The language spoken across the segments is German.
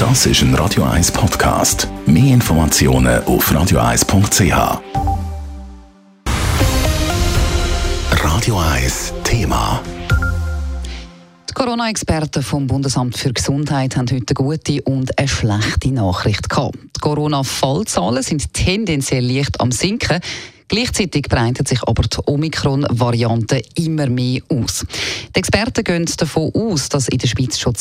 Das ist ein Radio 1 Podcast. Mehr Informationen auf radio1.ch. Radio 1 Thema. Die Corona-Experten vom Bundesamt für Gesundheit haben heute eine gute und eine schlechte Nachricht gehabt. Die Corona-Fallzahlen sind tendenziell leicht am Sinken. Gleichzeitig breitet sich aber die Omikron-Variante immer mehr aus. Die Experten gehen davon aus, dass in der Schweiz schon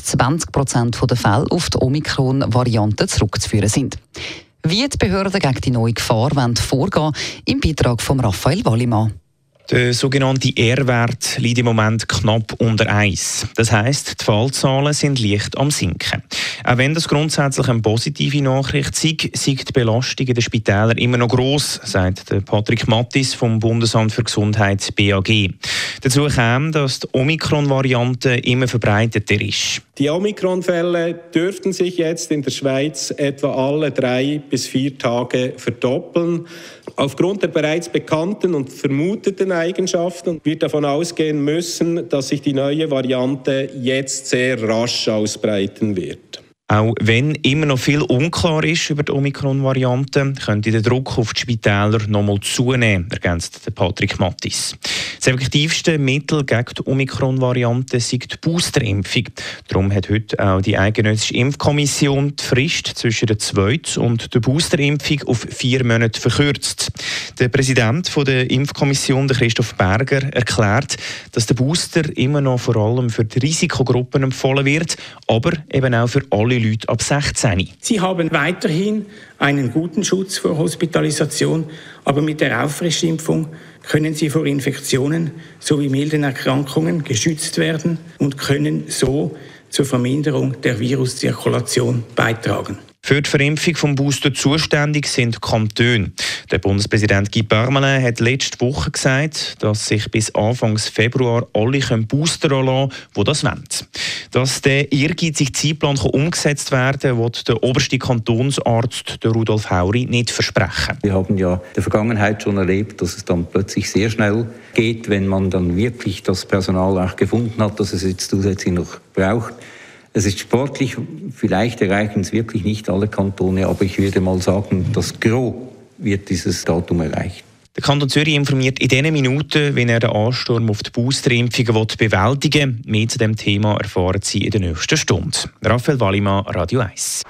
10-20% der Fälle auf die Omikron-Variante zurückzuführen sind. Wie die Behörden gegen die neue Gefahr vorgehen wollen, im Beitrag von Raphael Wallimann. Der sogenannte R-Wert liegt im Moment knapp unter 1. Das heisst, die Fallzahlen sind leicht am Sinken. Auch wenn das grundsätzlich eine positive Nachricht sei, sei die Belastung in den Spitälern immer noch gross, sagt Patrick Mattis vom Bundesamt für Gesundheit BAG. Dazu kam, dass die Omikron-Variante immer verbreiteter ist. Die Omikron-Fälle dürften sich jetzt in der Schweiz etwa alle 3 bis 4 Tage verdoppeln. Aufgrund der bereits bekannten und vermuteten Eigenschaften wird davon ausgehen müssen, dass sich die neue Variante jetzt sehr rasch ausbreiten wird. Auch wenn immer noch viel unklar ist über die Omikron-Variante, könnte der Druck auf die Spitäler noch mal zunehmen, ergänzt Patrick Mattis. Das effektivste Mittel gegen die Omikron-Variante ist die Boosterimpfung. Darum hat heute auch die Eidgenössische Impfkommission die Frist zwischen der Zweit- und der Boosterimpfung auf 4 Monate verkürzt. Der Präsident der Impfkommission, Christoph Berger, erklärt, dass der Booster immer noch vor allem für die Risikogruppen empfohlen wird, aber eben auch für alle Leute ab 16. Sie haben weiterhin einen guten Schutz vor Hospitalisation, aber mit der Auffrischimpfung können Sie vor Infektionen sowie milden Erkrankungen geschützt werden und können so zur Verminderung der Viruszirkulation beitragen. Für die Verimpfung vom Booster zuständig sind Kantone. Der Bundespräsident Guy Parmelin hat letzte Woche gesagt, dass sich bis Anfang Februar alle boostern lassen können, die das wollen. Dass der ehrgeizige Zeitplan umgesetzt werden kann, wird der oberste Kantonsarzt, der Rudolf Hauri, nicht versprechen. Wir haben ja in der Vergangenheit schon erlebt, dass es dann plötzlich sehr schnell geht, wenn man dann wirklich das Personal auch gefunden hat, das es jetzt zusätzlich noch braucht. Es ist sportlich, vielleicht erreichen es wirklich nicht alle Kantone, aber ich würde mal sagen, das Gros wird dieses Datum erreicht. Der Kanton Zürich informiert in diesen Minuten, wenn er den Ansturm auf die Boosterimpfungen bewältigen will. Mehr zu diesem Thema erfahren Sie in der nächsten Stunde. Raphael Wallimann, Radio 1.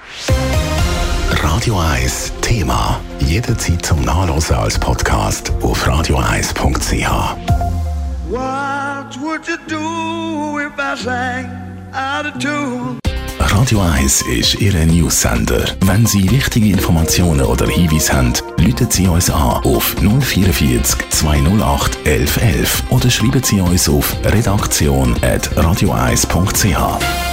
Radio 1 Thema. Jederzeit zum Nachlesen als Podcast auf radio1.ch. What would you do if I sang out of tune? Radio 1 ist Ihr News-Sender. Wenn Sie wichtige Informationen oder Hinweise haben, rufen Sie uns an auf 044 208 1111 oder schreiben Sie uns auf redaktion@radio1.ch.